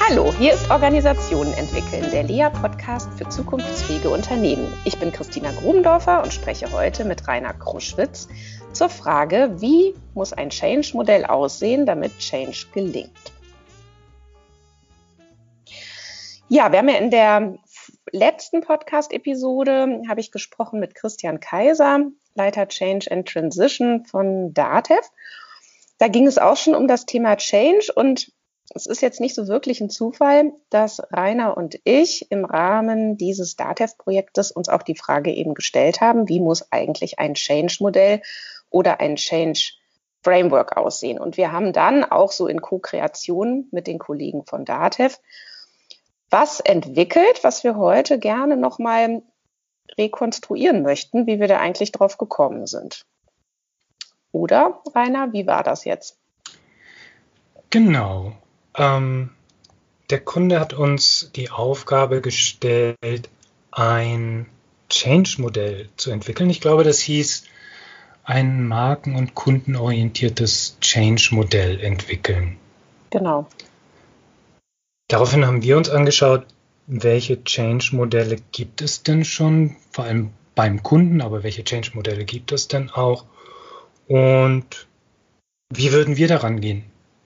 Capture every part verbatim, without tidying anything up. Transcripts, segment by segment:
Hallo, hier ist Organisationen entwickeln, der L E A-Podcast für zukunftsfähige Unternehmen. Ich bin Christina Grubendorfer und spreche heute mit Rainer Kruszwitz zur Frage, wie muss ein Change-Modell aussehen, damit Change gelingt. Ja, wir haben ja in der letzten Podcast-Episode, habe ich gesprochen mit Christian Kaiser, Leiter Change and Transition von DATEV. Da ging es auch schon um das Thema Change und es ist jetzt nicht so wirklich ein Zufall, dass Rainer und ich im Rahmen dieses DATEV-Projektes uns auch die Frage eben gestellt haben, wie muss eigentlich ein Change-Modell oder ein Change-Framework aussehen? Und wir haben dann auch so in Co-Kreation mit den Kollegen von DATEV was entwickelt, was wir heute gerne nochmal rekonstruieren möchten, wie wir da eigentlich drauf gekommen sind. Oder, Rainer, wie war das jetzt? Genau. Ähm, der Kunde hat uns die Aufgabe gestellt, ein Change-Modell zu entwickeln. Ich glaube, das hieß, ein marken- und kundenorientiertes Change-Modell entwickeln. Genau. Daraufhin haben wir uns angeschaut, welche Change-Modelle gibt es denn schon, vor allem beim Kunden, aber welche Change-Modelle gibt es denn auch und wie würden wir daran gehen?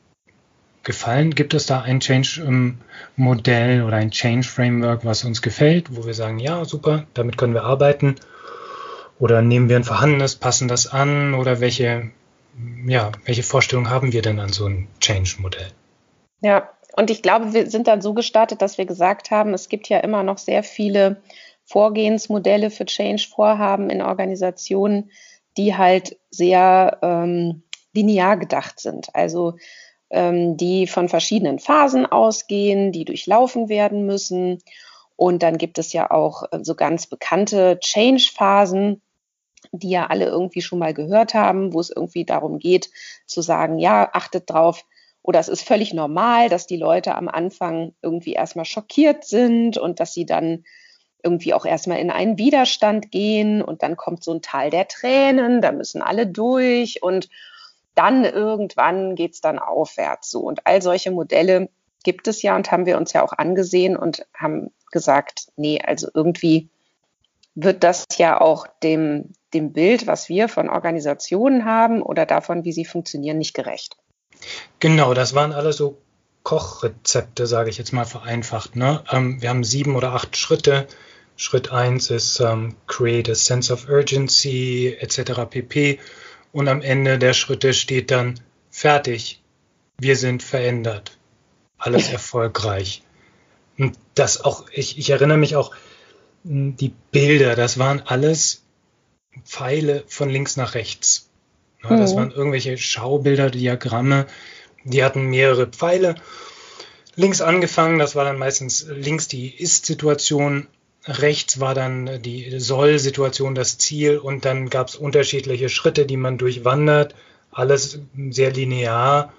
Gefallen? Gibt es da ein Change-Modell oder ein Change-Framework, was uns gefällt, wo wir sagen, ja, super, damit können wir arbeiten? Oder nehmen wir ein vorhandenes, passen das an? Oder welche, ja, welche Vorstellung haben wir denn an so ein Change-Modell? Ja, und ich glaube, wir sind dann so gestartet, dass wir gesagt haben, es gibt ja immer noch sehr viele Vorgehensmodelle für Change-Vorhaben in Organisationen, die halt sehr ähm, linear gedacht sind. Also ähm, die von verschiedenen Phasen ausgehen, die durchlaufen werden müssen. Und dann gibt es ja auch so ganz bekannte Change-Phasen, die ja alle irgendwie schon mal gehört haben, wo es irgendwie darum geht, zu sagen, ja, achtet drauf, oder es ist völlig normal, dass die Leute am Anfang irgendwie erstmal schockiert sind und dass sie dann irgendwie auch erstmal in einen Widerstand gehen und dann kommt so ein Tal der Tränen, da müssen alle durch und dann irgendwann geht's dann aufwärts so. Und all solche Modelle gibt es ja und haben wir uns ja auch angesehen und haben gesagt, nee, also irgendwie wird das ja auch dem, dem Bild, was wir von Organisationen haben oder davon, wie sie funktionieren, nicht gerecht. Genau, das waren alle so Kochrezepte, sage ich jetzt mal vereinfacht. Ne? Ähm, wir haben sieben oder acht Schritte. Schritt eins ist ähm, Create a Sense of Urgency et cetera pp. Und am Ende der Schritte steht dann fertig. Wir sind verändert. Alles erfolgreich. Und das auch, ich, ich erinnere mich auch, die Bilder, das waren alles Pfeile von links nach rechts. Ja, das waren irgendwelche Schaubilder, Diagramme, die hatten mehrere Pfeile. Links angefangen, das war dann meistens links die Ist-Situation, rechts war dann die Soll-Situation, das Ziel und dann gab es unterschiedliche Schritte, die man durchwandert, alles sehr linear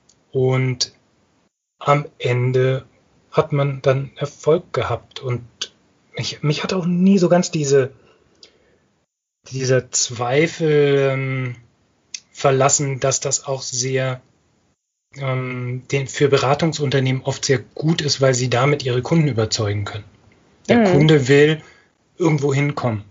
und am Ende hat man dann Erfolg gehabt und mich, mich hat auch nie so ganz diese, dieser Zweifel ähm, verlassen, dass das auch sehr ähm, den, für Beratungsunternehmen oft sehr gut ist, weil sie damit ihre Kunden überzeugen können. Der mhm. Kunde will irgendwo hinkommen.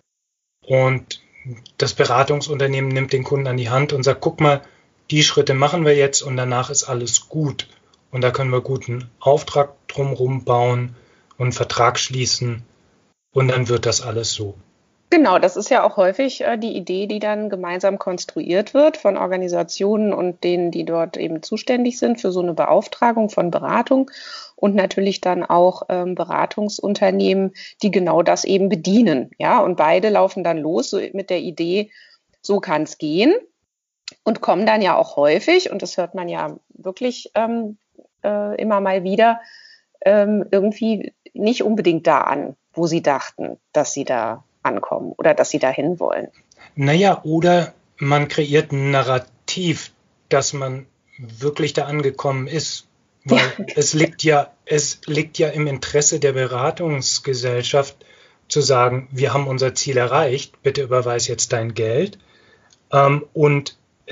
Und das Beratungsunternehmen nimmt den Kunden an die Hand und sagt, guck mal, die Schritte machen wir jetzt und danach ist alles gut. Und da können wir guten Auftrag drumherum bauen und einen Vertrag schließen und dann wird das alles so. Genau, das ist ja auch häufig äh, die Idee, die dann gemeinsam konstruiert wird von Organisationen und denen, die dort eben zuständig sind für so eine Beauftragung von Beratung und natürlich dann auch ähm, Beratungsunternehmen, die genau das eben bedienen. Ja, und beide laufen dann los so mit der Idee, so kann es gehen und kommen dann ja auch häufig, und das hört man ja wirklich ähm, äh, immer mal wieder, ähm, irgendwie nicht unbedingt da an, wo sie dachten, dass sie da ankommen oder dass sie dahin wollen. Naja, oder man kreiert ein Narrativ, dass man wirklich da angekommen ist. Weil ja. es liegt ja, es liegt ja im Interesse der Beratungsgesellschaft zu sagen, wir haben unser Ziel erreicht, bitte überweis jetzt dein Geld. Ähm, und es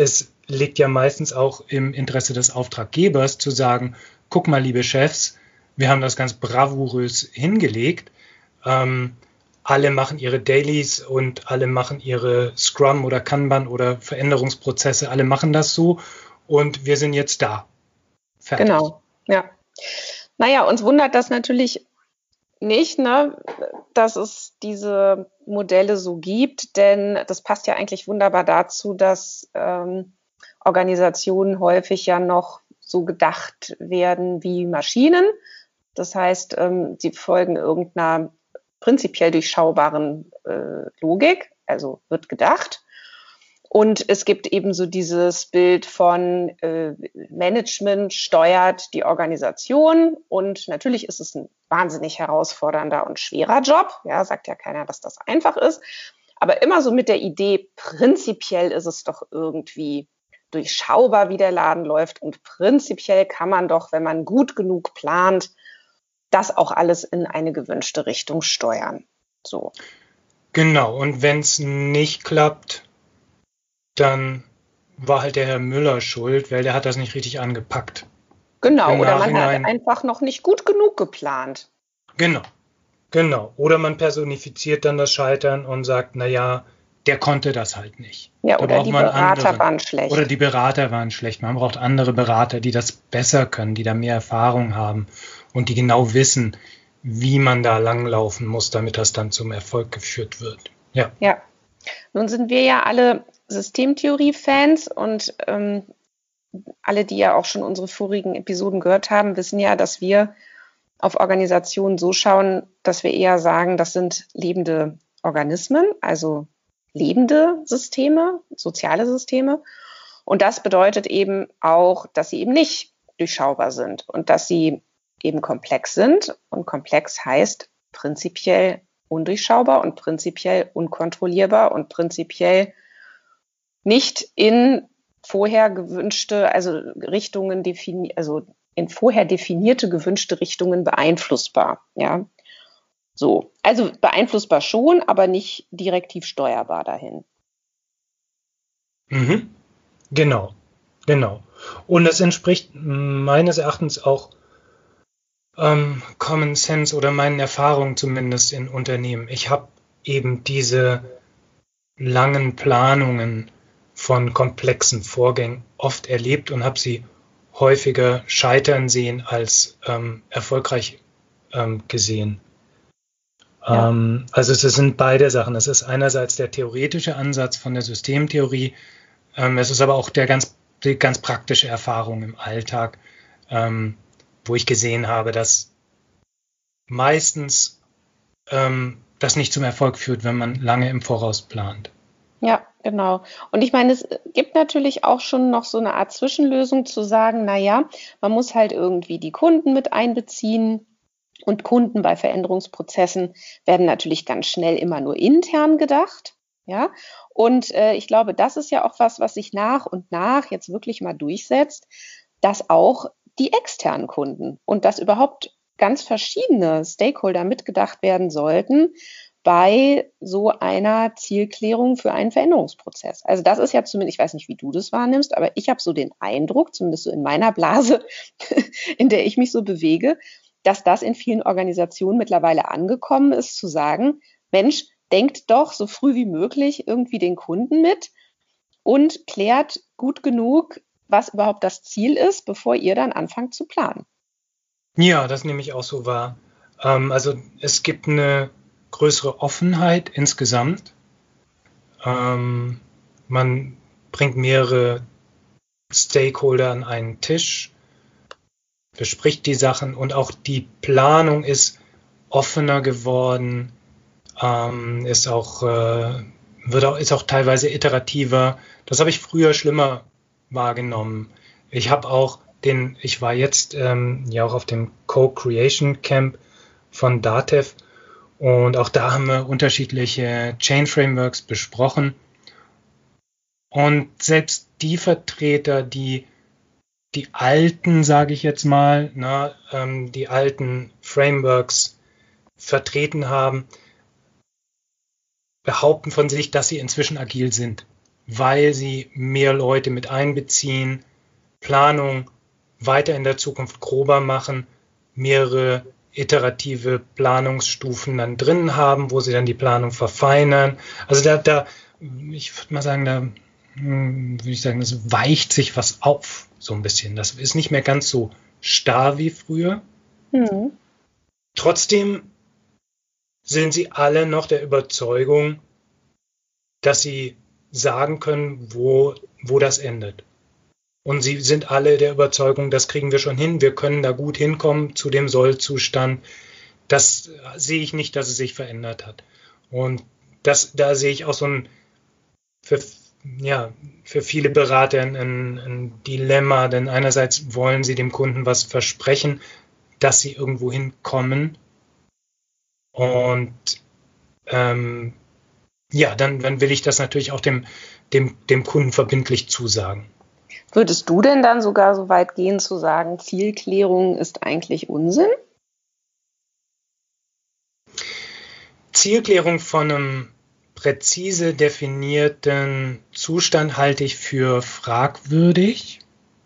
liegt ja meistens auch im Interesse des Auftraggebers zu sagen, guck mal, liebe Chefs, wir haben das ganz bravourös hingelegt. Ähm, alle machen ihre Dailies und alle machen ihre Scrum oder Kanban oder Veränderungsprozesse, alle machen das so und wir sind jetzt da. Fertig. Genau, ja. Naja, uns wundert das natürlich nicht, ne, dass es diese Modelle so gibt, denn das passt ja eigentlich wunderbar dazu, dass ähm, Organisationen häufig ja noch so gedacht werden wie Maschinen. Das heißt, ähm, sie folgen irgendeiner prinzipiell durchschaubaren äh, Logik, also wird gedacht. Und es gibt eben so dieses Bild von äh, Management steuert die Organisation. Und natürlich ist es ein wahnsinnig herausfordernder und schwerer Job. Ja, sagt ja keiner, dass das einfach ist. Aber immer so mit der Idee, prinzipiell ist es doch irgendwie durchschaubar, wie der Laden läuft. Und prinzipiell kann man doch, wenn man gut genug plant, das auch alles in eine gewünschte Richtung steuern. So. Genau, und wenn es nicht klappt, dann war halt der Herr Müller schuld, weil der hat das nicht richtig angepackt. Genau, Im oder man Nachhinein- hat einfach noch nicht gut genug geplant. Genau, genau. Oder man personifiziert dann das Scheitern und sagt, naja, der konnte das halt nicht. Ja, Da oder braucht die man Berater andere. waren schlecht. Oder die Berater waren schlecht. Man braucht andere Berater, die das besser können, die da mehr Erfahrung haben und die genau wissen, wie man da langlaufen muss, damit das dann zum Erfolg geführt wird. Ja. Ja, nun sind wir ja alle Systemtheorie-Fans und ähm, alle, die ja auch schon unsere vorigen Episoden gehört haben, wissen ja, dass wir auf Organisationen so schauen, dass wir eher sagen, das sind lebende Organismen, also lebende Systeme, soziale Systeme. Und das bedeutet eben auch, dass sie eben nicht durchschaubar sind und dass sie eben komplex sind. Und komplex heißt prinzipiell undurchschaubar und prinzipiell unkontrollierbar und prinzipiell nicht in vorher gewünschte, also Richtungen definiert, also in vorher definierte gewünschte Richtungen beeinflussbar, ja. So, also beeinflussbar schon, aber nicht direktiv steuerbar dahin. Mhm. Genau, genau. Und es entspricht meines Erachtens auch ähm, Common Sense oder meinen Erfahrungen zumindest in Unternehmen. Ich habe eben diese langen Planungen von komplexen Vorgängen oft erlebt und habe sie häufiger scheitern sehen als ähm, erfolgreich ähm, gesehen. Ja. Ähm, also es sind beide Sachen. Es ist einerseits der theoretische Ansatz von der Systemtheorie, ähm, es ist aber auch der ganz, die ganz praktische Erfahrung im Alltag, ähm, wo ich gesehen habe, dass meistens ähm, das nicht zum Erfolg führt, wenn man lange im Voraus plant. Ja, genau. Und ich meine, es gibt natürlich auch schon noch so eine Art Zwischenlösung zu sagen, na ja, man muss halt irgendwie die Kunden mit einbeziehen. Und Kunden bei Veränderungsprozessen werden natürlich ganz schnell immer nur intern gedacht. Ja, und äh, ich glaube, das ist ja auch was, was sich nach und nach jetzt wirklich mal durchsetzt, dass auch die externen Kunden und dass überhaupt ganz verschiedene Stakeholder mitgedacht werden sollten bei so einer Zielklärung für einen Veränderungsprozess. Also das ist ja zumindest, ich weiß nicht, wie du das wahrnimmst, aber ich habe so den Eindruck, zumindest so in meiner Blase, in der ich mich so bewege, dass das in vielen Organisationen mittlerweile angekommen ist, zu sagen, Mensch, denkt doch so früh wie möglich irgendwie den Kunden mit und klärt gut genug, was überhaupt das Ziel ist, bevor ihr dann anfangt zu planen. Ja, das nehme ich auch so wahr. Ähm, also es gibt eine größere Offenheit insgesamt. Ähm, man bringt mehrere Stakeholder an einen Tisch, bespricht die Sachen und auch die Planung ist offener geworden, ähm, ist auch, äh, wird auch, ist auch teilweise iterativer. Das habe ich früher schlimmer wahrgenommen. Ich habe auch den, ich war jetzt ähm, ja auch auf dem Co-Creation Camp von DATEV und auch da haben wir unterschiedliche Chain Frameworks besprochen. Und selbst die Vertreter, die die alten, sage ich jetzt mal, na, ähm, die alten Frameworks vertreten haben, behaupten von sich, dass sie inzwischen agil sind, weil sie mehr Leute mit einbeziehen, Planung weiter in der Zukunft grober machen, mehrere iterative Planungsstufen dann drin haben, wo sie dann die Planung verfeinern. Also da, da ich würde mal sagen, da würde ich sagen, das weicht sich was auf, so ein bisschen. Das ist nicht mehr ganz so starr wie früher. Mhm. Trotzdem sind sie alle noch der Überzeugung, dass sie sagen können, wo, wo das endet. Und sie sind alle der Überzeugung, das kriegen wir schon hin, wir können da gut hinkommen zu dem Sollzustand. Das sehe ich nicht, dass es sich verändert hat. Und das, da sehe ich auch so ein, für, ja, für viele Berater ein, ein Dilemma, denn einerseits wollen sie dem Kunden was versprechen, dass sie irgendwo hinkommen. Und ähm, ja, dann, dann will ich das natürlich auch dem, dem, dem Kunden verbindlich zusagen. Würdest du denn dann sogar so weit gehen zu sagen, Zielklärung ist eigentlich Unsinn? Zielklärung von einem präzise definierten Zustand halte ich für fragwürdig.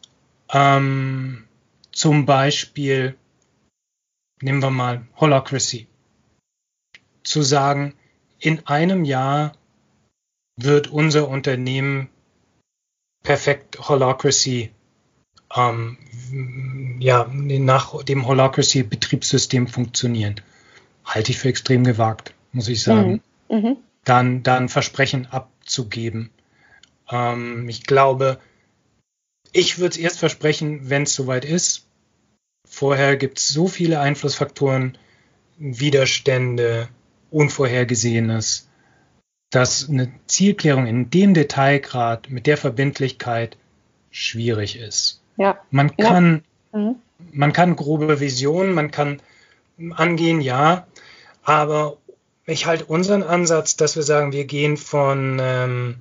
Ähm, zum Beispiel, nehmen wir mal Holacracy. Zu sagen, in einem Jahr wird unser Unternehmen perfekt Holacracy, ähm, ja, nach dem Holacracy-Betriebssystem funktionieren. Halte ich für extrem gewagt, muss ich sagen. Mhm. Mhm. Dann, dann Versprechen abzugeben. Ähm, ich glaube, ich würde es erst versprechen, wenn es soweit ist. Vorher gibt es so viele Einflussfaktoren, Widerstände, Unvorhergesehenes, dass eine Zielklärung in dem Detailgrad mit der Verbindlichkeit schwierig ist. Ja. Man kann, ja. Mhm. man kann grobe Visionen, man kann angehen, ja, aber ich halte unseren Ansatz, dass wir sagen, wir gehen von, ähm,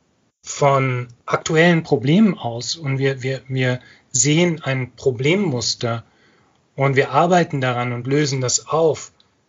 von aktuellen Problemen aus und wir, wir, wir sehen ein Problemmuster und wir arbeiten daran und lösen das auf.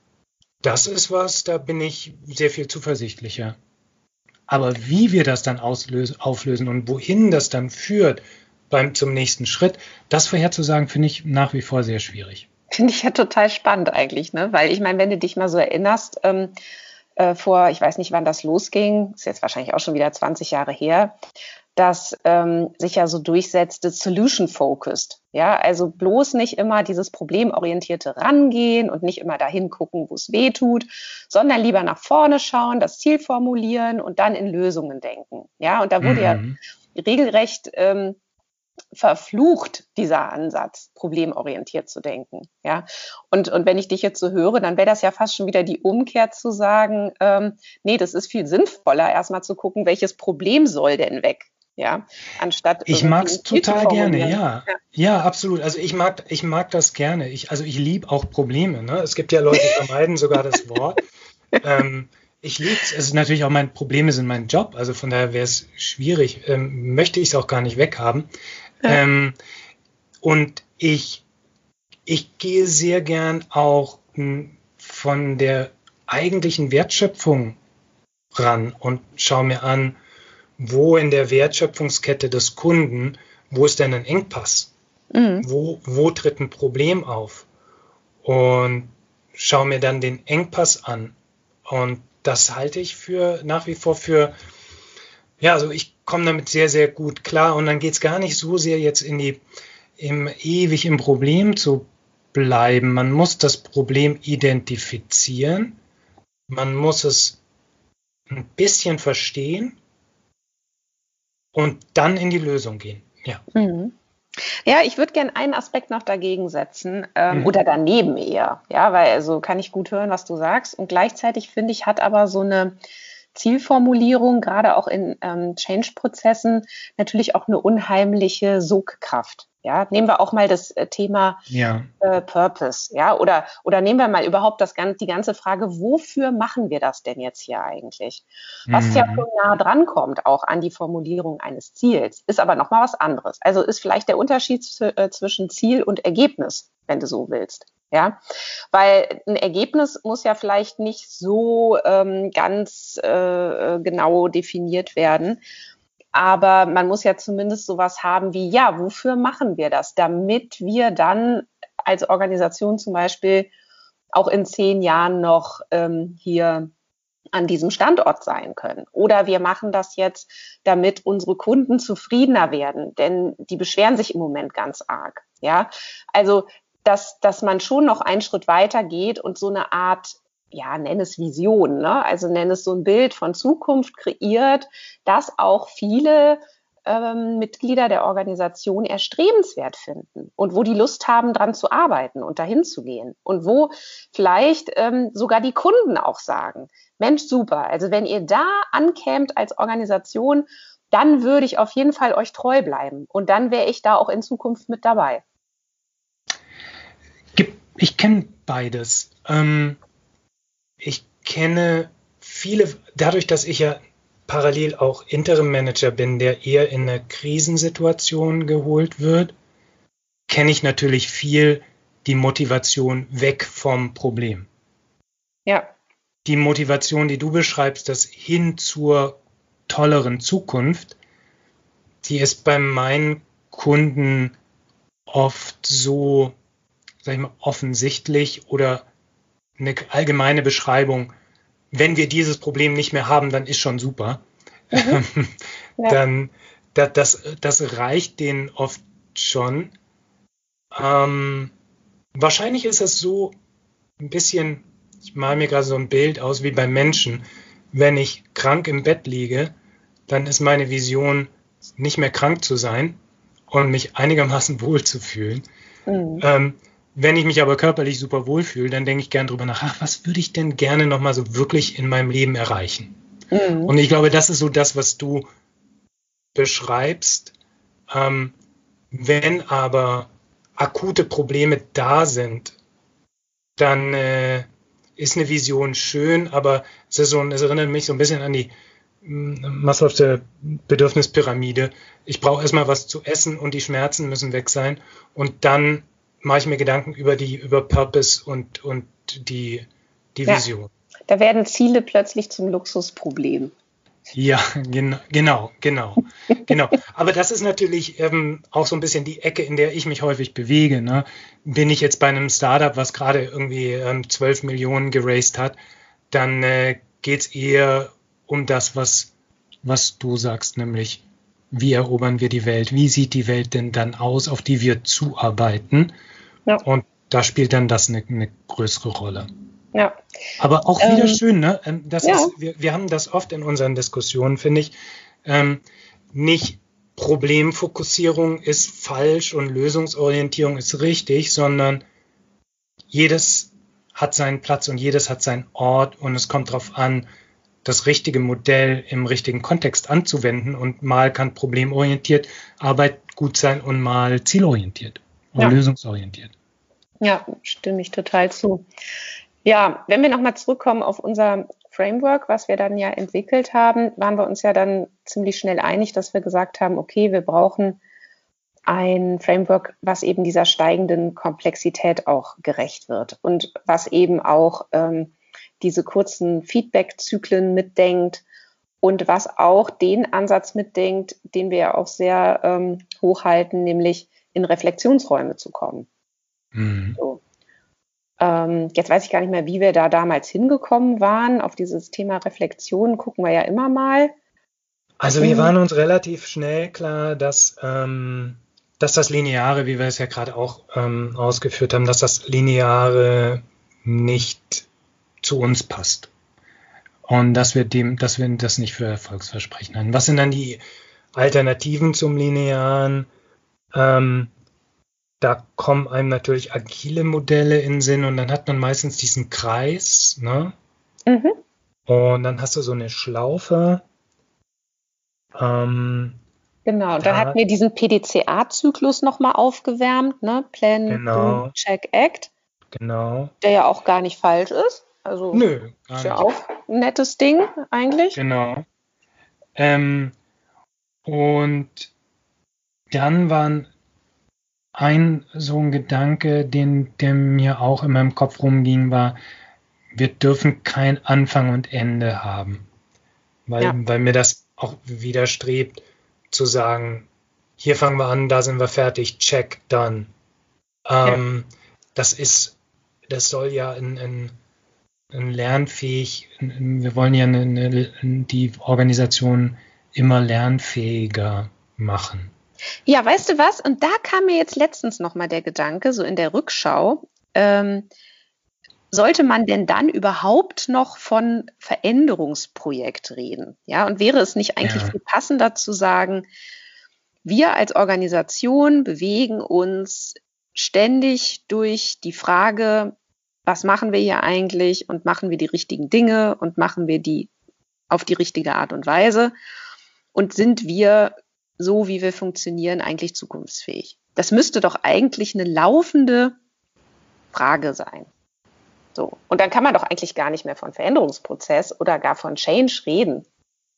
Das ist was, da bin ich sehr viel zuversichtlicher. Aber wie wir das dann auslösen, auflösen und wohin das dann führt beim, zum nächsten Schritt, das vorherzusagen, finde ich nach wie vor sehr schwierig. Finde ich ja total spannend eigentlich, ne? Weil ich meine, wenn du dich mal so erinnerst, ähm, äh, vor, ich weiß nicht, wann das losging, ist jetzt wahrscheinlich auch schon wieder zwanzig Jahre her, dass ähm, sich ja so durchsetzte Solution-Focused. Ja, also bloß nicht immer dieses problemorientierte Rangehen und nicht immer dahin gucken, wo es weh tut, sondern lieber nach vorne schauen, das Ziel formulieren und dann in Lösungen denken. Ja, und da wurde mhm. ja regelrecht ähm, verflucht, dieser Ansatz, problemorientiert zu denken. Ja, und, und wenn ich dich jetzt so höre, dann wäre das ja fast schon wieder die Umkehr zu sagen, ähm, nee, das ist viel sinnvoller, erstmal zu gucken, welches Problem soll denn weg? Ja, anstatt ich mag es total gerne, ja. ja, ja, absolut. Also ich mag, ich mag das gerne. Ich, also ich liebe auch Probleme. Ne? Es gibt ja Leute, die vermeiden sogar das Wort. ähm, ich liebe es. Es ist natürlich auch mein Probleme sind mein Job. Also von daher wäre es schwierig. Ähm, möchte ich es auch gar nicht weghaben. Ja. Ähm, und ich, ich gehe sehr gern auch m, von der eigentlichen Wertschöpfung ran und schaue mir an, wo in der Wertschöpfungskette des Kunden, wo ist denn ein Engpass? Mhm. Wo, wo tritt ein Problem auf? Und schaue mir dann den Engpass an. Und das halte ich für nach wie vor für, ja, also ich komme damit sehr, sehr gut klar. Und dann geht es gar nicht so sehr jetzt in die, im, ewig im Problem zu bleiben. Man muss das Problem identifizieren. Man muss es ein bisschen verstehen. Und dann in die Lösung gehen. Ja, mhm. ja ich würde gerne einen Aspekt noch dagegen setzen ähm, mhm. oder daneben eher. Ja, weil also kann ich gut hören, was du sagst. Und gleichzeitig finde ich, hat aber so eine Zielformulierung, gerade auch in ähm, Change-Prozessen, natürlich auch eine unheimliche Sogkraft. Ja, nehmen wir auch mal das äh, Thema ja. äh, Purpose, ja, oder oder nehmen wir mal überhaupt das ganze, die ganze Frage, wofür machen wir das denn jetzt hier eigentlich? Was mhm. ja schon nah dran kommt, auch an die Formulierung eines Ziels, ist aber nochmal was anderes. Also ist vielleicht der Unterschied z- äh, zwischen Ziel und Ergebnis, wenn du so willst. Ja, weil ein Ergebnis muss ja vielleicht nicht so ähm, ganz äh, genau definiert werden. Aber man muss ja zumindest sowas haben wie, ja, wofür machen wir das? Damit wir dann als Organisation zum Beispiel auch in zehn Jahren noch ähm, hier an diesem Standort sein können. Oder wir machen das jetzt, damit unsere Kunden zufriedener werden, denn die beschweren sich im Moment ganz arg. Ja, also dass, dass man schon noch einen Schritt weiter geht und so eine Art, ja, nenn es Vision, ne? Also nenn es so ein Bild von Zukunft kreiert, das auch viele ähm, Mitglieder der Organisation erstrebenswert finden und wo die Lust haben, dran zu arbeiten und dahin zu gehen und wo vielleicht ähm, sogar die Kunden auch sagen, Mensch, super, also wenn ihr da ankämt als Organisation, dann würde ich auf jeden Fall euch treu bleiben und dann wäre ich da auch in Zukunft mit dabei. Ich kenne beides. Ähm, ich kenne viele, dadurch, dass ich ja parallel auch Interim-Manager bin, der eher in eine Krisensituation geholt wird, kenne ich natürlich viel die Motivation weg vom Problem. Ja. Die Motivation, die du beschreibst, das hin zur tolleren Zukunft, die ist bei meinen Kunden oft so, sag ich mal, offensichtlich oder eine allgemeine Beschreibung, wenn wir dieses Problem nicht mehr haben, dann ist schon super. Mhm. Ja. Dann, das, das, das reicht denen oft schon. Ähm, wahrscheinlich ist es so ein bisschen, ich male mir gerade so ein Bild aus wie beim Menschen. Wenn ich krank im Bett liege, dann ist meine Vision, nicht mehr krank zu sein und mich einigermaßen wohl zu fühlen. Mhm. Ähm, wenn ich mich aber körperlich super wohl fühle, dann denke ich gern drüber nach, ach, was würde ich denn gerne nochmal so wirklich in meinem Leben erreichen? Mhm. Und ich glaube, das ist so das, was du beschreibst. Ähm, wenn aber akute Probleme da sind, dann äh, ist eine Vision schön, aber es, ist so, es erinnert mich so ein bisschen an die Maslow'sche Bedürfnispyramide. Ich brauche erstmal was zu essen und die Schmerzen müssen weg sein und dann mache ich mir Gedanken über die, über Purpose und, und die, die Vision. Ja, da werden Ziele plötzlich zum Luxusproblem. Ja, gen, genau, genau, genau. Aber das ist natürlich ähm, auch so ein bisschen die Ecke, in der ich mich häufig bewege. Ne? Bin ich jetzt bei einem Startup, was gerade irgendwie ähm, zwölf Millionen geraced hat, dann äh, geht es eher um das, was, was du sagst, nämlich wie erobern wir die Welt? Wie sieht die Welt denn dann aus, auf die wir zuarbeiten? Ja. Und da spielt dann das eine, eine größere Rolle. Ja. Aber auch wieder ähm, schön, ne? Das ja. ist, wir, wir haben das oft in unseren Diskussionen, finde ich. Ähm, nicht Problemfokussierung ist falsch und Lösungsorientierung ist richtig, sondern jedes hat seinen Platz und jedes hat seinen Ort und es kommt darauf an, das richtige Modell im richtigen Kontext anzuwenden und mal kann problemorientiert Arbeit gut sein und mal zielorientiert und ja. lösungsorientiert. Ja, stimme ich total zu. Ja, wenn wir nochmal zurückkommen auf unser Framework, was wir dann ja entwickelt haben, waren wir uns ja dann ziemlich schnell einig, dass wir gesagt haben, okay, wir brauchen ein Framework, was eben dieser steigenden Komplexität auch gerecht wird und was eben auch ähm, diese kurzen Feedback-Zyklen mitdenkt und was auch den Ansatz mitdenkt, den wir ja auch sehr ähm, hochhalten, nämlich in Reflexionsräume zu kommen. Mhm. So. Ähm, jetzt weiß ich gar nicht mehr, wie wir da damals hingekommen waren. Auf dieses Thema Reflexion gucken wir ja immer mal. Also wir waren uns relativ schnell klar, dass, ähm, dass das Lineare, wie wir es ja gerade auch ähm, ausgeführt haben, dass das Lineare nicht zu uns passt. Und dass wir dem, dass wir das nicht für erfolgsversprechend halten. Was sind dann die Alternativen zum Linearen? Ähm, Da kommen einem natürlich agile Modelle in den Sinn und dann hat man meistens diesen Kreis, ne? Mhm. Und dann hast du so eine Schlaufe. Ähm, genau, da dann hatten wir diesen P D C A-Zyklus nochmal aufgewärmt, ne? Plan, genau. Do, Check, Act. Genau. Der ja auch gar nicht falsch ist. Also Nö, gar ist nicht. ja auch ein nettes Ding eigentlich. Genau. Ähm, und dann waren ein so ein Gedanke, den, der mir auch in meinem Kopf rumging, war, wir dürfen kein Anfang und Ende haben. Weil, ja. weil mir das auch widerstrebt, zu sagen, hier fangen wir an, da sind wir fertig, check, done. Ähm, ja. Das ist, das soll ja ein, ein, ein lernfähig, ein, wir wollen ja eine, eine, die Organisation immer lernfähiger machen. Ja, weißt du was? Und da kam mir jetzt letztens nochmal der Gedanke, so in der Rückschau, ähm, sollte man denn dann überhaupt noch von Veränderungsprojekt reden? Ja, und wäre es nicht eigentlich ja. viel passender zu sagen, wir als Organisation bewegen uns ständig durch die Frage, was machen wir hier eigentlich und machen wir die richtigen Dinge und machen wir die auf die richtige Art und Weise und sind wir, so wie wir funktionieren, eigentlich zukunftsfähig? Das müsste doch eigentlich eine laufende Frage sein. So. Und dann kann man doch eigentlich gar nicht mehr von Veränderungsprozess oder gar von Change reden.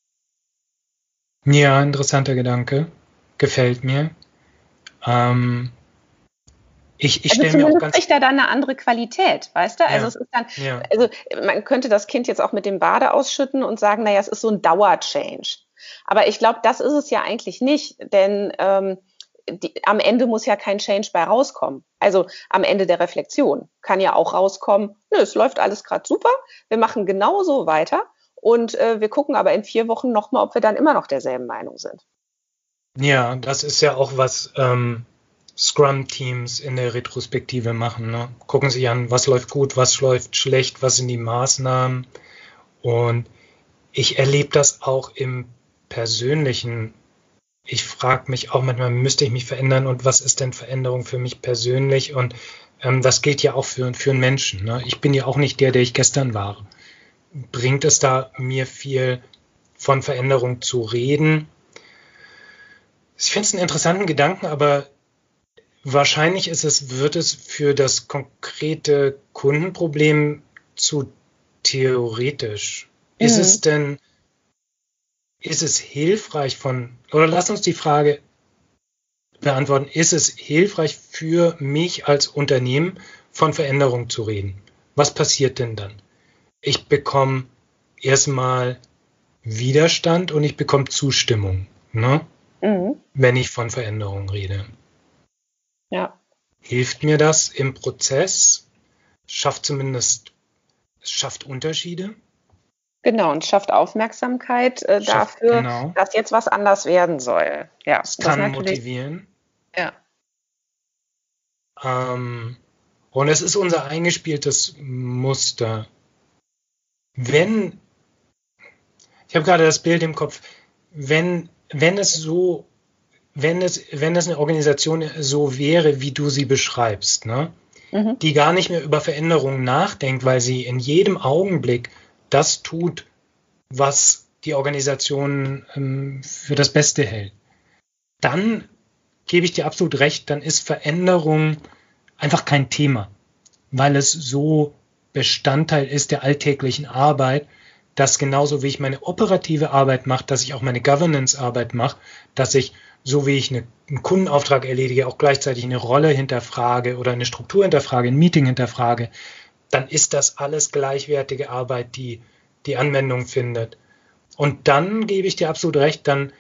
Ja, interessanter Gedanke. Gefällt mir. Ähm, ich ich also stelle mir auch ganz... kriegt da dann eine andere Qualität, weißt du? Ja. Also es ist dann, ja. also man könnte das Kind jetzt auch mit dem Bade ausschütten und sagen, naja, es ist so ein Dauerchange. Aber ich glaube, das ist es ja eigentlich nicht, denn ähm, Die, am Ende muss ja kein Change bei rauskommen. Also am Ende der Reflexion kann ja auch rauskommen, nö, es läuft alles gerade super, wir machen genauso weiter und äh, wir gucken aber in vier Wochen nochmal, ob wir dann immer noch derselben Meinung sind. Ja, das ist ja auch, was ähm, Scrum-Teams in der Retrospektive machen. Ne? Gucken sich an, was läuft gut, was läuft schlecht, was sind die Maßnahmen. Und ich erlebe das auch im persönlichen. Ich frage mich auch manchmal, müsste ich mich verändern und was ist denn Veränderung für mich persönlich? Und ähm, das gilt ja auch für, für einen Menschen. Ne? Ich bin ja auch nicht der, der ich gestern war. Bringt es da mir viel von Veränderung zu reden? Ich finde es einen interessanten Gedanken, aber wahrscheinlich ist es, wird es für das konkrete Kundenproblem zu theoretisch. Mhm. Ist es denn Ist es hilfreich von, oder lass uns die Frage beantworten, ist es hilfreich für mich als Unternehmen von Veränderung zu reden? Was passiert denn dann? Ich bekomme erstmal Widerstand und ich bekomme Zustimmung, ne? Mhm. Wenn ich von Veränderung rede. Ja. Hilft mir das im Prozess? Schafft zumindest, es schafft Unterschiede? Genau, und schafft Aufmerksamkeit äh, schafft, dafür, genau. dass jetzt was anders werden soll. Ja, es kann motivieren. Ja. Ähm, und es ist unser eingespieltes Muster. Wenn, ich habe gerade das Bild im Kopf, wenn, wenn es so, wenn es, wenn es eine Organisation so wäre, wie du sie beschreibst, ne, mhm. die gar nicht mehr über Veränderungen nachdenkt, weil sie in jedem Augenblick das tut, was die Organisation ähm, für das Beste hält, dann gebe ich dir absolut recht, dann ist Veränderung einfach kein Thema, weil es so Bestandteil ist der alltäglichen Arbeit, dass genauso wie ich meine operative Arbeit mache, dass ich auch meine Governance-Arbeit mache, dass ich, so wie ich eine, einen Kundenauftrag erledige, auch gleichzeitig eine Rolle hinterfrage oder eine Struktur hinterfrage, ein Meeting hinterfrage, dann ist das alles gleichwertige Arbeit, die die Anwendung findet. Und dann gebe ich dir absolut recht, dann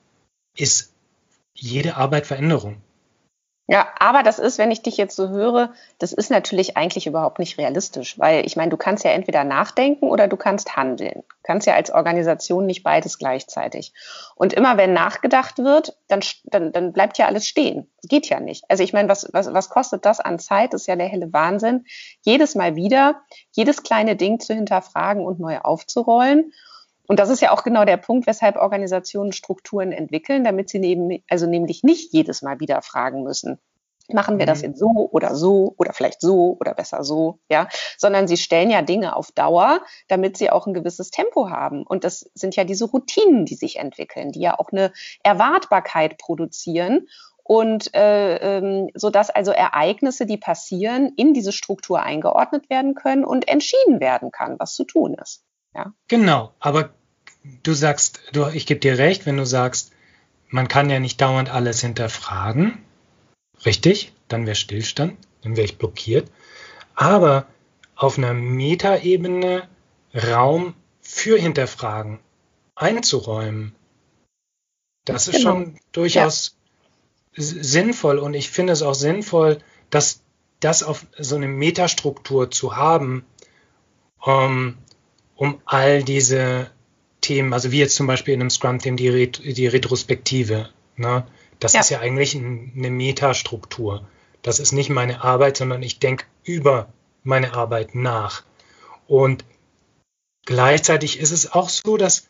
ist jede Arbeit Veränderung. Ja, aber das ist, wenn ich dich jetzt so höre, das ist natürlich eigentlich überhaupt nicht realistisch, weil ich meine, du kannst ja entweder nachdenken oder du kannst handeln. Du kannst ja als Organisation nicht beides gleichzeitig. Und immer wenn nachgedacht wird, dann, dann, dann bleibt ja alles stehen. Das geht ja nicht. Also ich meine, was, was, was kostet das an Zeit? Das ist ja der helle Wahnsinn. Jedes Mal wieder, jedes kleine Ding zu hinterfragen und neu aufzurollen. Und das ist ja auch genau der Punkt, weshalb Organisationen Strukturen entwickeln, damit sie neben, also nämlich nicht jedes Mal wieder fragen müssen, machen wir das jetzt so oder so oder vielleicht so oder besser so, ja, sondern sie stellen ja Dinge auf Dauer, damit sie auch ein gewisses Tempo haben. Und das sind ja diese Routinen, die sich entwickeln, die ja auch eine Erwartbarkeit produzieren. Und äh, ähm, so dass also Ereignisse, die passieren, in diese Struktur eingeordnet werden können und entschieden werden kann, was zu tun ist. Ja. Genau, aber du sagst, du, ich gebe dir recht, wenn du sagst, man kann ja nicht dauernd alles hinterfragen, richtig, dann wäre Stillstand, dann wäre ich blockiert, aber auf einer Metaebene Raum für Hinterfragen einzuräumen, Das ist Genau. schon durchaus ja. sinnvoll und ich finde es auch sinnvoll, dass das auf so eine Metastruktur zu haben, um, um all diese Themen, also wie jetzt zum Beispiel in einem Scrum-Team die, Ret- die Retrospektive, ne? Das Ja. ist ja eigentlich ein, eine Metastruktur. Das ist nicht meine Arbeit, sondern ich denke über meine Arbeit nach. Und gleichzeitig ist es auch so, dass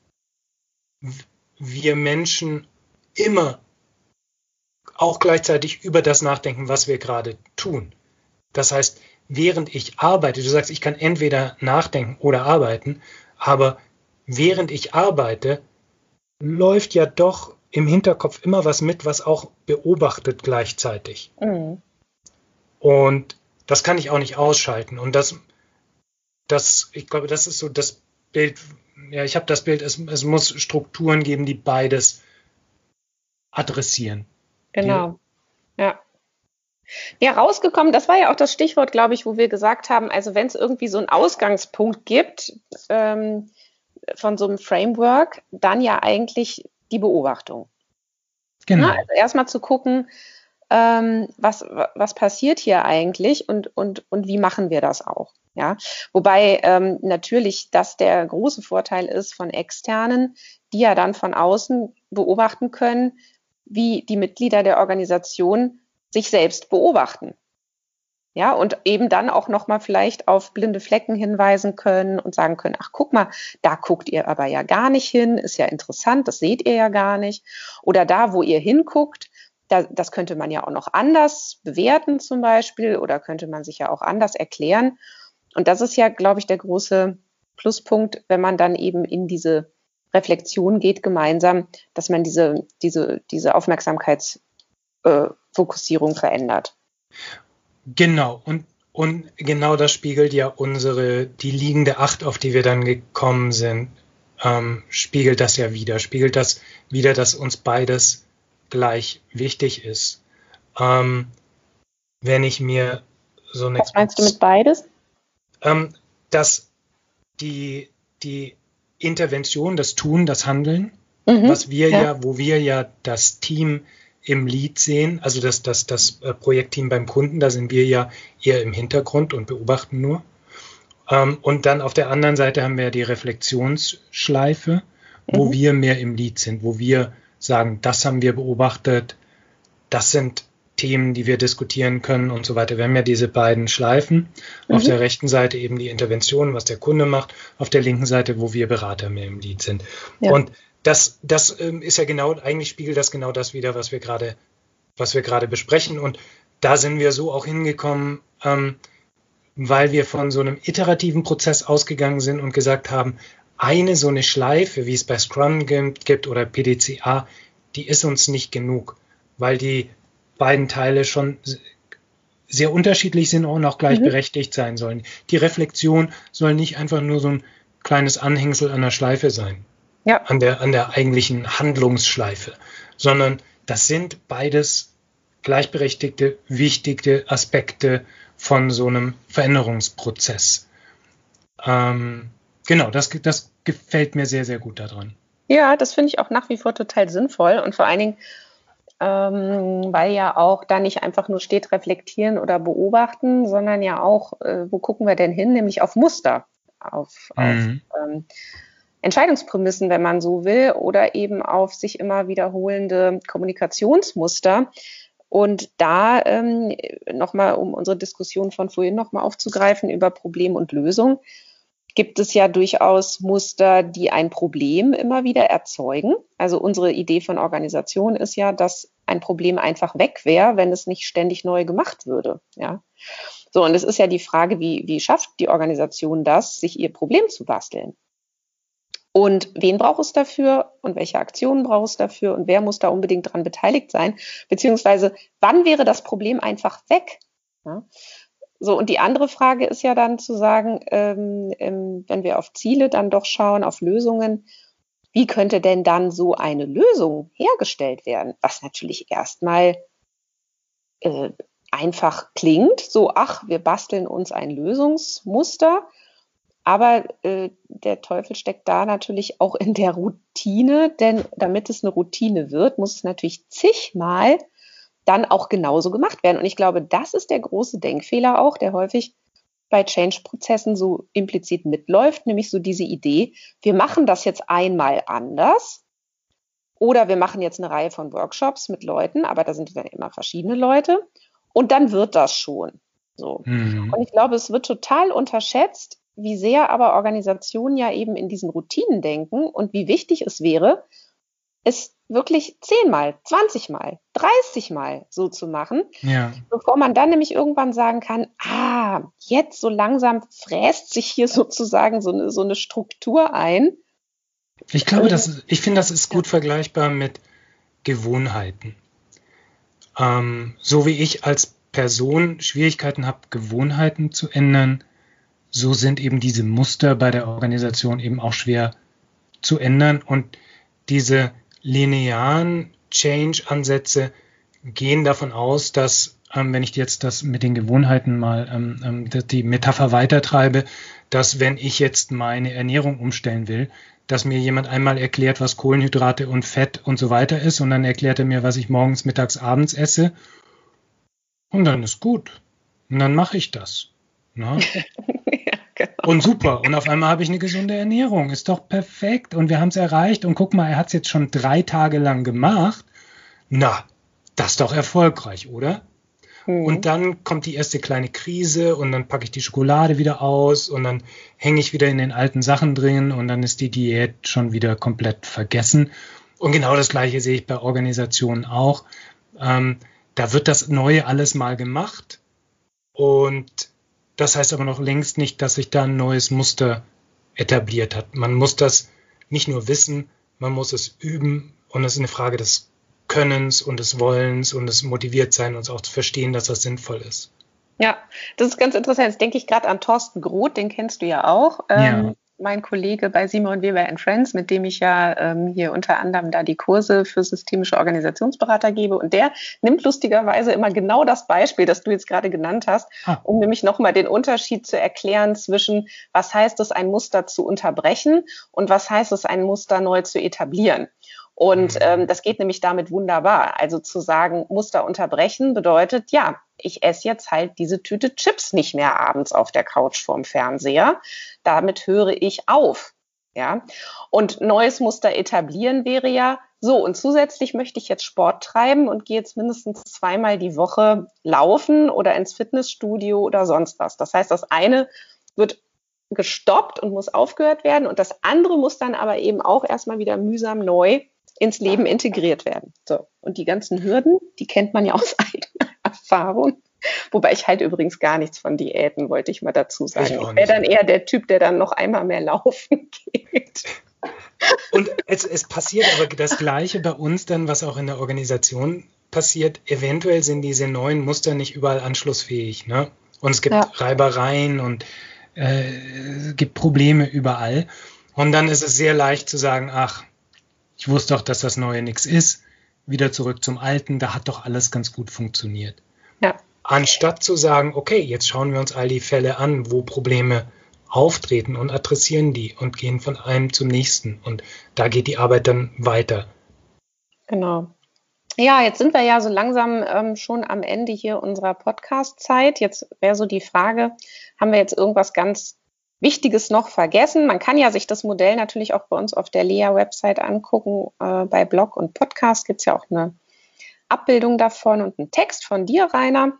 wir Menschen immer auch gleichzeitig über das nachdenken, was wir gerade tun. Das heißt, während ich arbeite, du sagst, ich kann entweder nachdenken oder arbeiten, aber während ich arbeite, läuft ja doch im Hinterkopf immer was mit, was auch beobachtet gleichzeitig. Mhm. Und das kann ich auch nicht ausschalten. Und das, das, ich glaube, das ist so das Bild, ja, ich habe das Bild, es, es muss Strukturen geben, die beides adressieren. Genau. Die, ja. Ja, rausgekommen, das war ja auch das Stichwort, glaube ich, wo wir gesagt haben, also wenn es irgendwie so einen Ausgangspunkt gibt ähm, von so einem Framework, dann ja eigentlich die Beobachtung. Genau. Na, also erstmal zu gucken, ähm, was, was passiert hier eigentlich und, und, und wie machen wir das auch. Ja? Wobei ähm, natürlich das der große Vorteil ist von Externen, die ja dann von außen beobachten können, wie die Mitglieder der Organisation sich selbst beobachten. Ja, und eben dann auch nochmal vielleicht auf blinde Flecken hinweisen können und sagen können, ach, guck mal, da guckt ihr aber ja gar nicht hin, ist ja interessant, das seht ihr ja gar nicht. Oder da, wo ihr hinguckt, da, das könnte man ja auch noch anders bewerten zum Beispiel oder könnte man sich ja auch anders erklären. Und das ist ja, glaube ich, der große Pluspunkt, wenn man dann eben in diese Reflexion geht gemeinsam, dass man diese, diese, diese Aufmerksamkeitsfokussierung äh, verändert. Genau, und, und genau das spiegelt ja unsere, die liegende Acht, auf die wir dann gekommen sind, ähm, spiegelt das ja wieder, spiegelt das wieder, dass uns beides gleich wichtig ist. Ähm, wenn ich mir so eine... Was meinst du mit beides? Ähm, dass die, die Intervention, das Tun, das Handeln, mhm, was wir ja. ja, wo wir ja das Team im Lead sehen, also das, das, das Projektteam beim Kunden, da sind wir ja eher im Hintergrund und beobachten nur. Ähm, und dann auf der anderen Seite haben wir ja die Reflexionsschleife, wo mhm. wir mehr im Lead sind, wo wir sagen, das haben wir beobachtet, das sind Themen, die wir diskutieren können und so weiter. Wir haben ja diese beiden Schleifen. Mhm. Auf der rechten Seite eben die Intervention, was der Kunde macht, auf der linken Seite, wo wir Berater mehr im Lead sind. Ja. Und das, das ähm, ist ja genau, eigentlich spiegelt das genau das wieder, was wir gerade, was wir gerade besprechen. Und da sind wir so auch hingekommen, ähm, weil wir von so einem iterativen Prozess ausgegangen sind und gesagt haben, eine so eine Schleife, wie es bei Scrum gibt oder P D C A, die ist uns nicht genug, weil die beiden Teile schon sehr unterschiedlich sind und auch gleichberechtigt mhm. sein sollen. Die Reflexion soll nicht einfach nur so ein kleines Anhängsel an der Schleife sein, ja. an der, an der eigentlichen Handlungsschleife, sondern das sind beides gleichberechtigte, wichtige Aspekte von so einem Veränderungsprozess. Ähm, genau, das, das gefällt mir sehr, sehr gut daran. Ja, das finde ich auch nach wie vor total sinnvoll und vor allen Dingen, ähm, weil ja auch da nicht einfach nur steht reflektieren oder beobachten, sondern ja auch, äh, wo gucken wir denn hin, nämlich auf Muster, auf, mhm. auf ähm, Entscheidungsprämissen, wenn man so will, oder eben auf sich immer wiederholende Kommunikationsmuster. Und da ähm, nochmal, um unsere Diskussion von vorhin nochmal aufzugreifen über Problem und Lösung, gibt es ja durchaus Muster, die ein Problem immer wieder erzeugen. Also unsere Idee von Organisation ist ja, dass ein Problem einfach weg wäre, wenn es nicht ständig neu gemacht würde. Ja. So, und es ist ja die Frage, wie, wie schafft die Organisation das, sich ihr Problem zu basteln? Und wen braucht es dafür und welche Aktionen braucht es dafür und wer muss da unbedingt dran beteiligt sein? Beziehungsweise, wann wäre das Problem einfach weg? Ja. So, und die andere Frage ist ja dann zu sagen, ähm, ähm, wenn wir auf Ziele dann doch schauen, auf Lösungen, wie könnte denn dann so eine Lösung hergestellt werden? Was natürlich erstmal äh, einfach klingt, so, ach, wir basteln uns ein Lösungsmuster Aber äh, der Teufel steckt da natürlich auch in der Routine, denn damit es eine Routine wird, muss es natürlich zigmal dann auch genauso gemacht werden. Und ich glaube, das ist der große Denkfehler auch, der häufig bei Change-Prozessen so implizit mitläuft, nämlich so diese Idee, wir machen das jetzt einmal anders oder wir machen jetzt eine Reihe von Workshops mit Leuten, aber da sind dann immer verschiedene Leute und dann wird das schon. So. Mhm. Und ich glaube, es wird total unterschätzt, wie sehr aber Organisationen ja eben in diesen Routinen denken und wie wichtig es wäre, es wirklich zehnmal, zwanzigmal, dreißigmal so zu machen, ja. Bevor man dann nämlich irgendwann sagen kann, ah, jetzt so langsam fräst sich hier sozusagen so eine, so eine Struktur ein. Ich glaube, das, ich finde, das ist gut ja. vergleichbar mit Gewohnheiten. Ähm, so wie ich als Person Schwierigkeiten habe, Gewohnheiten zu ändern, so sind eben diese Muster bei der Organisation eben auch schwer zu ändern. Und diese linearen Change-Ansätze gehen davon aus, dass, ähm, wenn ich jetzt das mit den Gewohnheiten mal ähm, die Metapher weitertreibe, dass wenn ich jetzt meine Ernährung umstellen will, dass mir jemand einmal erklärt, was Kohlenhydrate und Fett und so weiter ist und dann erklärt er mir, was ich morgens, mittags, abends esse und dann ist gut. Und dann mache ich das. Ne? Ja, genau. Und super. Und auf einmal habe ich eine gesunde Ernährung. Ist doch perfekt. Und wir haben es erreicht. Und guck mal, er hat es jetzt schon drei Tage lang gemacht. Na, das ist doch erfolgreich, oder? Mhm. Und dann kommt die erste kleine Krise und dann packe ich die Schokolade wieder aus und dann hänge ich wieder in den alten Sachen drin und dann ist die Diät schon wieder komplett vergessen. Und genau das Gleiche sehe ich bei Organisationen auch. Ähm, da wird das Neue alles mal gemacht und das heißt aber noch längst nicht, dass sich da ein neues Muster etabliert hat. Man muss das nicht nur wissen, man muss es üben und es ist eine Frage des Könnens und des Wollens und des Motiviertsein und auch zu verstehen, dass das sinnvoll ist. Ja, das ist ganz interessant. Jetzt denke ich gerade an Thorsten Groth, den kennst du ja auch. Ähm, ja. Mein Kollege bei Simon Weber and Friends, mit dem ich ja ähm, hier unter anderem da die Kurse für systemische Organisationsberater gebe. Und der nimmt lustigerweise immer genau das Beispiel, das du jetzt gerade genannt hast, ah. um nämlich nochmal den Unterschied zu erklären zwischen, was heißt es, ein Muster zu unterbrechen und was heißt es, ein Muster neu zu etablieren. Und ähm, das geht nämlich damit wunderbar. Also zu sagen, Muster unterbrechen bedeutet, ja, ich esse jetzt halt diese Tüte Chips nicht mehr abends auf der Couch vorm Fernseher. Damit höre ich auf. Ja. Und neues Muster etablieren wäre ja so. Und zusätzlich möchte ich jetzt Sport treiben und gehe jetzt mindestens zweimal die Woche laufen oder ins Fitnessstudio oder sonst was. Das heißt, das eine wird gestoppt und muss aufgehört werden. Und das andere muss dann aber eben auch erstmal wieder mühsam neu ins Leben integriert werden. So. Und die ganzen Hürden, die kennt man ja aus eigener Erfahrung. Wobei ich halt übrigens gar nichts von Diäten, wollte ich mal dazu sagen. Ich, ich wäre dann eher der Typ, der dann noch einmal mehr laufen geht. Und es, es passiert aber das Gleiche bei uns dann, was auch in der Organisation passiert. Eventuell sind diese neuen Muster nicht überall anschlussfähig. Ne? Und es gibt ja. Reibereien und äh, es gibt Probleme überall. Und dann ist es sehr leicht zu sagen, ach, ich wusste doch, dass das Neue nichts ist. Wieder zurück zum Alten, da hat doch alles ganz gut funktioniert. Ja. Anstatt zu sagen, okay, jetzt schauen wir uns all die Fälle an, wo Probleme auftreten und adressieren die und gehen von einem zum nächsten. Und da geht die Arbeit dann weiter. Genau. Ja, jetzt sind wir ja so langsam ähm, schon am Ende hier unserer Podcast-Zeit. Jetzt wäre so die Frage, haben wir jetzt irgendwas ganz Wichtiges noch vergessen? Man kann ja sich das Modell natürlich auch bei uns auf der Lea Website angucken. Äh, bei Blog und Podcast gibt es ja auch eine Abbildung davon und einen Text von dir, Rainer,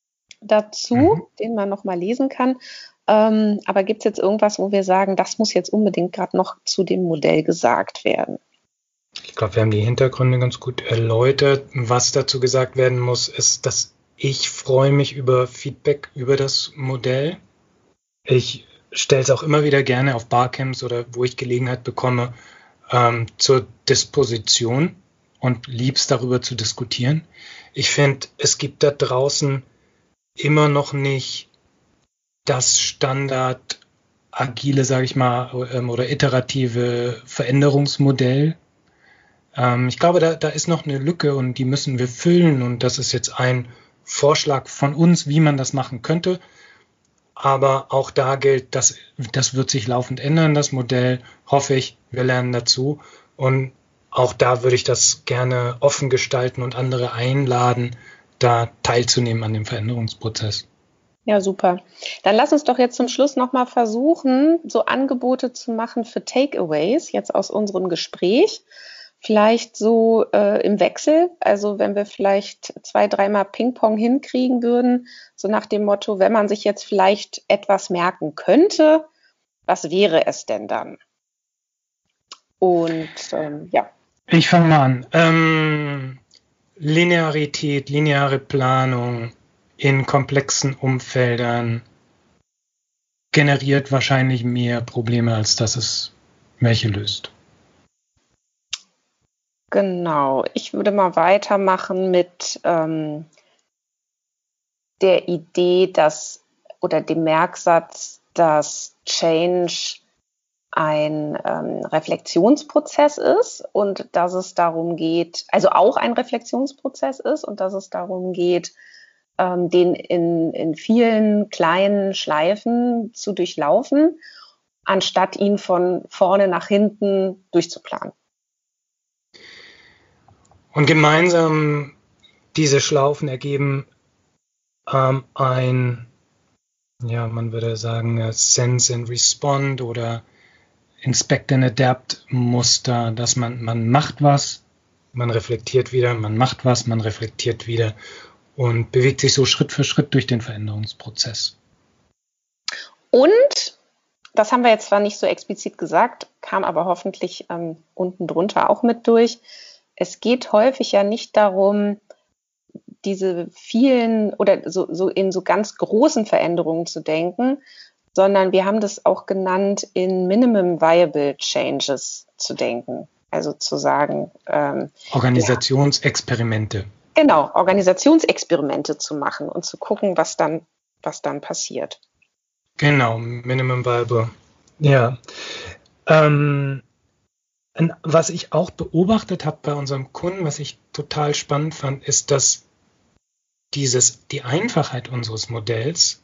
dazu, mhm. den man noch mal lesen kann. Ähm, aber gibt es jetzt irgendwas, wo wir sagen, das muss jetzt unbedingt gerade noch zu dem Modell gesagt werden? Ich glaube, wir haben die Hintergründe ganz gut erläutert. Was dazu gesagt werden muss, ist, dass ich freue mich über Feedback über das Modell. Ich stelle es auch immer wieder gerne auf Barcamps oder wo ich Gelegenheit bekomme, ähm, zur Disposition und lieb's darüber zu diskutieren. Ich finde, es gibt da draußen immer noch nicht das Standard agile, sage ich mal, oder iterative Veränderungsmodell. Ähm, ich glaube, da, da ist noch eine Lücke und die müssen wir füllen und das ist jetzt ein Vorschlag von uns, wie man das machen könnte. Aber auch da gilt, dass das wird sich laufend ändern, das Modell, hoffe ich, wir lernen dazu. Und auch da würde ich das gerne offen gestalten und andere einladen, da teilzunehmen an dem Veränderungsprozess. Ja, super. Dann lass uns doch jetzt zum Schluss nochmal versuchen, so Angebote zu machen für Takeaways jetzt aus unserem Gespräch. Vielleicht so äh, im Wechsel, also wenn wir vielleicht zwei, dreimal Ping-Pong hinkriegen würden, so nach dem Motto, wenn man sich jetzt vielleicht etwas merken könnte, was wäre es denn dann? Und ähm, ja. Ich fange mal an. Ähm, Linearität, lineare Planung in komplexen Umfeldern generiert wahrscheinlich mehr Probleme, als dass es welche löst. Genau, ich würde mal weitermachen mit ähm, der Idee, dass oder dem Merksatz, dass Change ein ähm, Reflexionsprozess ist und dass es darum geht, also auch ein Reflexionsprozess ist und dass es darum geht, ähm, den in, in vielen kleinen Schleifen zu durchlaufen, anstatt ihn von vorne nach hinten durchzuplanen. Und gemeinsam diese Schlaufen ergeben ähm, ein, ja, man würde sagen, Sense and Respond oder Inspect and Adapt Muster, dass man, man macht was, man reflektiert wieder, man macht was, man reflektiert wieder und bewegt sich so Schritt für Schritt durch den Veränderungsprozess. Und, das haben wir jetzt zwar nicht so explizit gesagt, kam aber hoffentlich ähm, unten drunter auch mit durch, es geht häufig ja nicht darum, diese vielen oder so, so in so ganz großen Veränderungen zu denken, sondern wir haben das auch genannt, in Minimum Viable Changes zu denken. Also zu sagen, ähm, Organisationsexperimente. Ja, genau, Organisationsexperimente zu machen und zu gucken, was dann, was dann passiert. Genau, Minimum Viable. Ja. Ähm, was ich auch beobachtet habe bei unserem Kunden, was ich total spannend fand, ist, dass dieses, die Einfachheit unseres Modells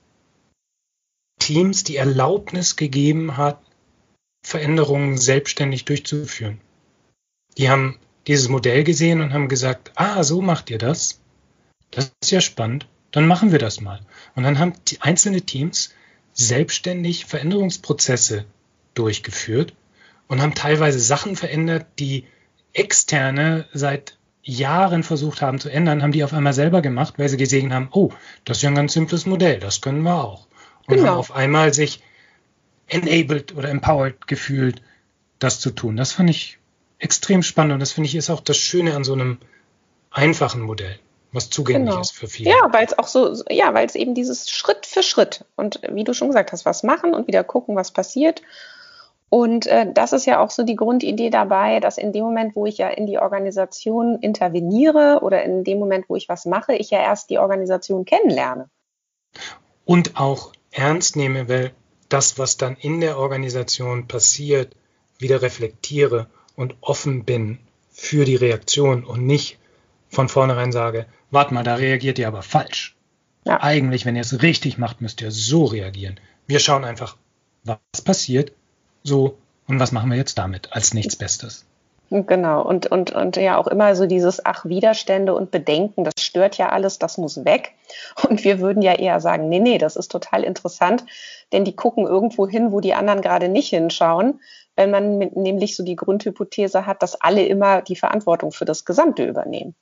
Teams die Erlaubnis gegeben hat, Veränderungen selbstständig durchzuführen. Die haben dieses Modell gesehen und haben gesagt, ah, so macht ihr das. Das ist ja spannend, dann machen wir das mal. Und dann haben die einzelne Teams selbstständig Veränderungsprozesse durchgeführt und haben teilweise Sachen verändert, die Externe seit Jahren versucht haben zu ändern, haben die auf einmal selber gemacht, weil sie gesehen haben, oh, das ist ja ein ganz simples Modell, das können wir auch. Und genau. haben auf einmal sich enabled oder empowered gefühlt, das zu tun. Das fand ich extrem spannend und das finde ich ist auch das Schöne an so einem einfachen Modell, was zugänglich genau. ist für viele. Ja, weil es auch so, ja, weil es eben dieses Schritt für Schritt und wie du schon gesagt hast, was machen und wieder gucken, was passiert. Und äh, das ist ja auch so die Grundidee dabei, dass in dem Moment, wo ich ja in die Organisation interveniere oder in dem Moment, wo ich was mache, ich ja erst die Organisation kennenlerne. Und auch ernst nehme, weil das, was dann in der Organisation passiert, wieder reflektiere und offen bin für die Reaktion und nicht von vornherein sage, warte mal, da reagiert ihr aber falsch. Ja. Eigentlich, wenn ihr es richtig macht, müsst ihr so reagieren. Wir schauen einfach, was passiert, so, und was machen wir jetzt damit als nichts Bestes. Genau, und, und, und ja auch immer so dieses, ach, Widerstände und Bedenken, das stört ja alles, das muss weg. Und wir würden ja eher sagen, nee, nee, das ist total interessant, denn die gucken irgendwo hin, wo die anderen gerade nicht hinschauen, wenn man mit, nämlich so die Grundhypothese hat, dass alle immer die Verantwortung für das Gesamte übernehmen.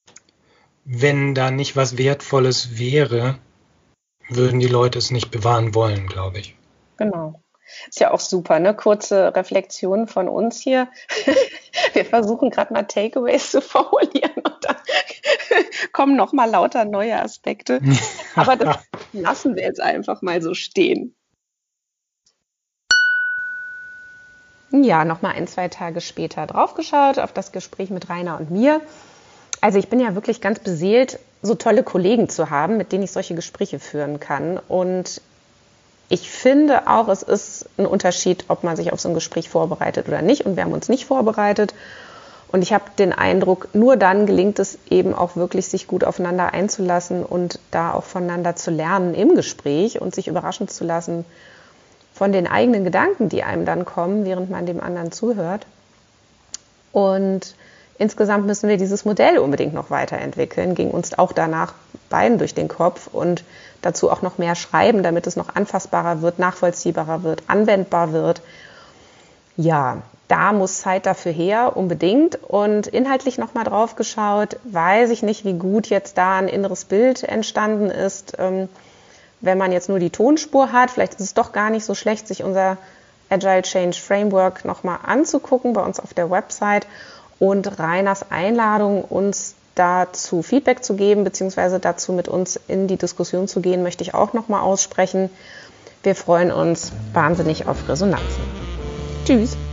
Wenn da nicht was Wertvolles wäre, würden die Leute es nicht bewahren wollen, glaube ich. Genau. Ist ja auch super, ne? Kurze Reflexion von uns hier. Wir versuchen gerade mal Takeaways zu formulieren und dann kommen noch mal lauter neue Aspekte. Aber das lassen wir jetzt einfach mal so stehen. Ja, noch mal ein, zwei Tage später draufgeschaut auf das Gespräch mit Rainer und mir. Also ich bin ja wirklich ganz beseelt, so tolle Kollegen zu haben, mit denen ich solche Gespräche führen kann. Und ich finde auch, es ist ein Unterschied, ob man sich auf so ein Gespräch vorbereitet oder nicht. Und wir haben uns nicht vorbereitet. Und ich habe den Eindruck, nur dann gelingt es eben auch wirklich, sich gut aufeinander einzulassen und da auch voneinander zu lernen im Gespräch und sich überraschen zu lassen von den eigenen Gedanken, die einem dann kommen, während man dem anderen zuhört. Und insgesamt müssen wir dieses Modell unbedingt noch weiterentwickeln, ging uns auch danach beiden durch den Kopf und dazu auch noch mehr schreiben, damit es noch anfassbarer wird, nachvollziehbarer wird, anwendbar wird. Ja, da muss Zeit dafür her, unbedingt. Und inhaltlich nochmal drauf geschaut, weiß ich nicht, wie gut jetzt da ein inneres Bild entstanden ist. Ähm, wenn man jetzt nur die Tonspur hat, vielleicht ist es doch gar nicht so schlecht, sich unser Agile Change Framework nochmal anzugucken bei uns auf der Website und Rainers Einladung, uns dazu Feedback zu geben, beziehungsweise dazu mit uns in die Diskussion zu gehen, möchte ich auch nochmal aussprechen. Wir freuen uns wahnsinnig auf Resonanzen. Tschüss!